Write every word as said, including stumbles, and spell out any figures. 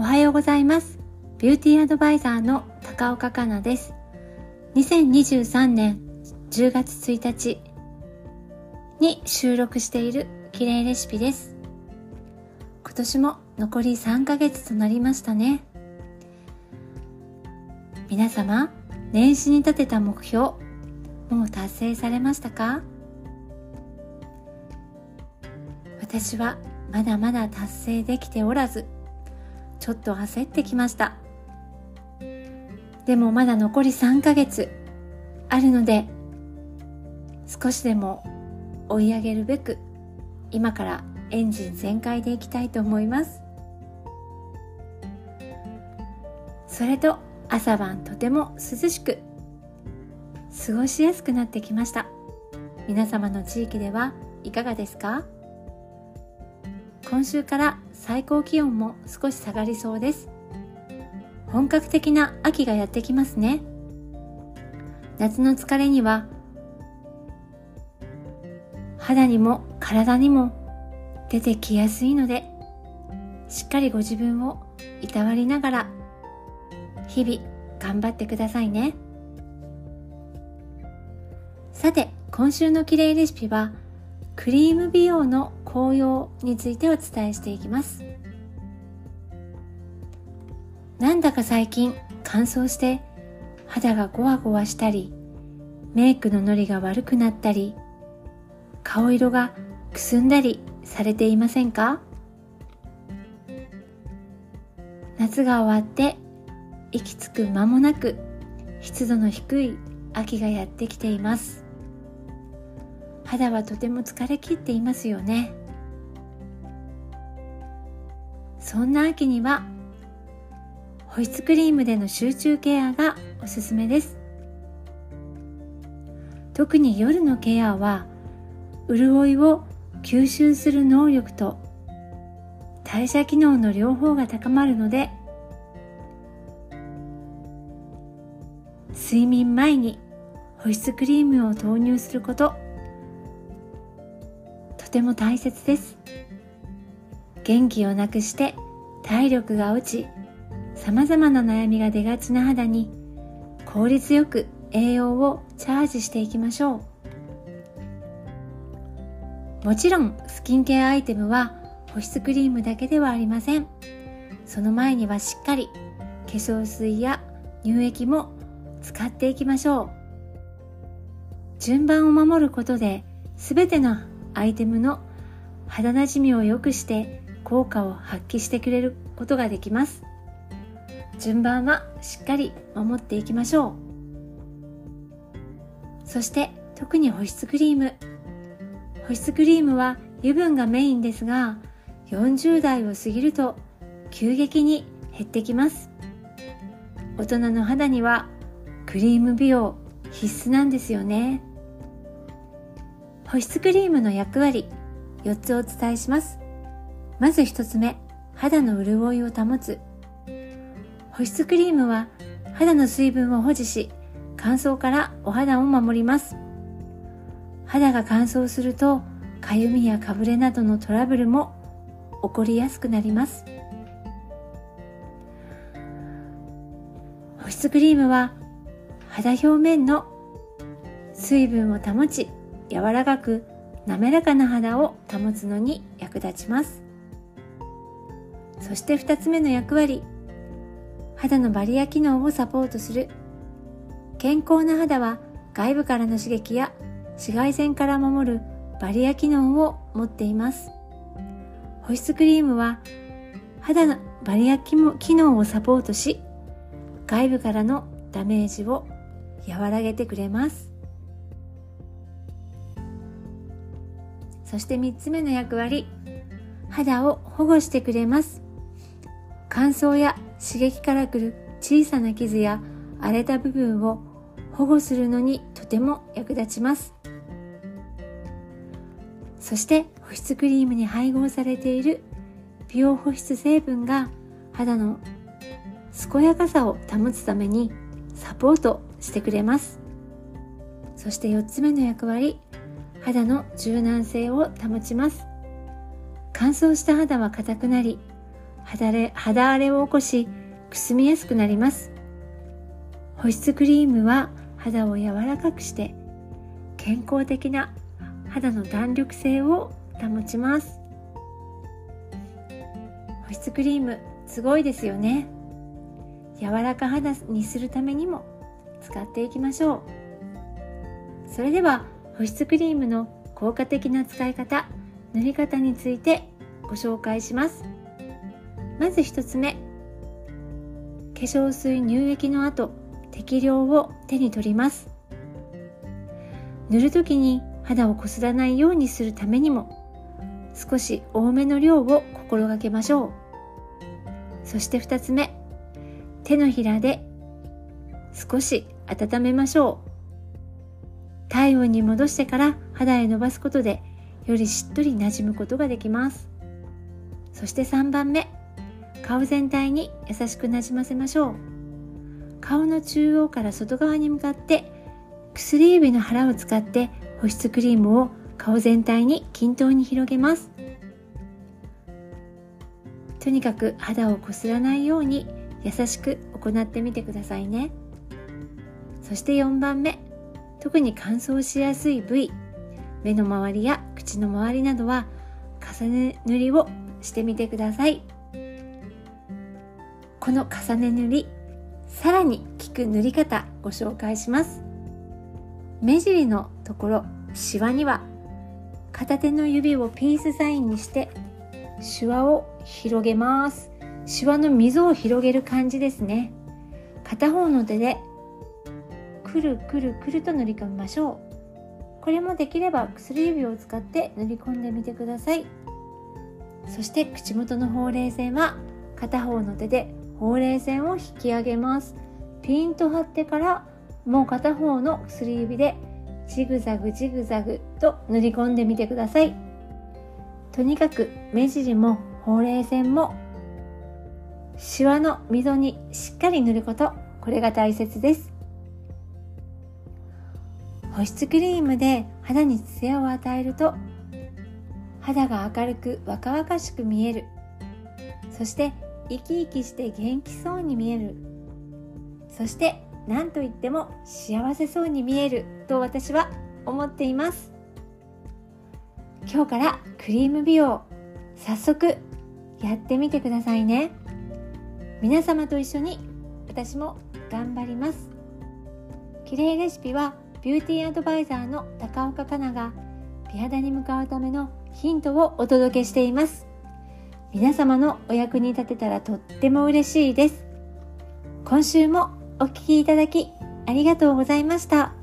はようございます。ビューティーアドバイザーの高岡香奈です。にせんにじゅうさんねんじゅうがつついたちに収録している綺麗レシピです。今年も残りさんかげつとなりましたね。皆様、年始に立てた目標、もう達成されましたか？私はまだまだ達成できておらず、ちょっと焦ってきました。でもまだ残りさんかげつあるので、少しでも追い上げるべく、今からエンジン全開でいきたいと思います。それと朝晩とても涼しく、過ごしやすくなってきました。皆様の地域ではいかがですか？今週から最高気温も少し下がりそうです。本格的な秋がやってきますね。夏の疲れには肌にも体にも出てきやすいので、しっかりご自分をいたわりながら日々頑張ってくださいね。さて、今週の綺麗レシピはクリーム美容の効用についてお伝えしていきます。なんだか最近乾燥して肌がゴワゴワしたり、メイクのノリが悪くなったり、顔色がくすんだりされていませんか？夏が終わって息つく間もなく湿度の低い秋がやってきています。肌はとても疲れ切っていますよね。そんな秋には保湿クリームでの集中ケアがおすすめです。特に夜のケアは潤いを吸収する能力と代謝機能の両方が高まるので、睡眠前に保湿クリームを投入すること、とても大切です。元気をなくして体力が落ち、様々な悩みが出がちな肌に効率よく栄養をチャージしていきましょう。もちろんスキンケアアイテムは保湿クリームだけではありません。その前にはしっかり化粧水や乳液も使っていきましょう。順番を守ることで全てのアイテムの肌なじみを良くして効果を発揮してくれることができます。順番はしっかり守っていきましょう。そして特に保湿クリーム。保湿クリームは油分がメインですが、よんじゅうだいを過ぎると急激に減ってきます。大人の肌にはクリーム美容必須なんですよね。保湿クリームの役割、よっつお伝えします。まずひとつめ、肌の潤いを保つ。保湿クリームは肌の水分を保持し、乾燥からお肌を守ります。肌が乾燥すると、かゆみやかぶれなどのトラブルも起こりやすくなります。保湿クリームは肌表面の水分を保ち、柔らかく滑らかな肌を保つのに役立ちます。そしてふたつめの役割、肌のバリア機能をサポートする。健康な肌は外部からの刺激や紫外線から守るバリア機能を持っています。保湿クリームは肌のバリア機能をサポートし、外部からのダメージを和らげてくれます。そしてみっつめの役割、肌を保護してくれます。乾燥や刺激からくる小さな傷や荒れた部分を保護するのにとても役立ちます。そして保湿クリームに配合されている美容保湿成分が肌の健やかさを保つためにサポートしてくれます。そしてよっつめの役割、肌の柔軟性を保ちます。乾燥した肌は硬くなり、 肌荒れ、肌荒れを起こし、くすみやすくなります。保湿クリームは肌を柔らかくして健康的な肌の弾力性を保ちます。保湿クリームすごいですよね。柔らか肌にするためにも使っていきましょう。それでは保湿クリームの効果的な使い方、塗り方についてご紹介します。まず一つ目、化粧水乳液の後、適量を手に取ります。塗るときに肌をこすらないようにするためにも、少し多めの量を心がけましょう。そして二つ目、手のひらで少し温めましょう。体温に戻してから肌へ伸ばすことで、よりしっとり馴染むことができます。そしてさんばんめ、顔全体に優しくなじませましょう。顔の中央から外側に向かって薬指の腹を使って保湿クリームを顔全体に均等に広げます。とにかく肌をこすらないように優しく行ってみてくださいね。そしてよんばんめ、特に乾燥しやすい部位、目の周りや口の周りなどは重ね塗りをしてみてください。この重ね塗り、さらに効く塗り方ご紹介します。目尻のところ、シワには片手の指をピースサインにしてシワを広げます。シワの溝を広げる感じですね。片方の手でくるくるくると塗り込みましょう。これもできれば薬指を使って塗り込んでみてください。そして口元のほうれい線は片方の手でほうれい線を引き上げます。ピンと張ってからもう片方の薬指でジグザグジグザグと塗り込んでみてください。とにかく目尻もほうれい線もシワの溝にしっかり塗ること、これが大切です。保湿クリームで肌にツヤを与えると、肌が明るく若々しく見える。そして生き生きして元気そうに見える。そして何と言っても幸せそうに見えると私は思っています。今日からクリーム美容、早速やってみてくださいね。皆様と一緒に私も頑張ります。綺麗レシピはビューティーアドバイザーの高岡香菜が美肌に向かうためのヒントをお届けしています。皆様のお役に立てたらとっても嬉しいです。今週もお聞きいただきありがとうございました。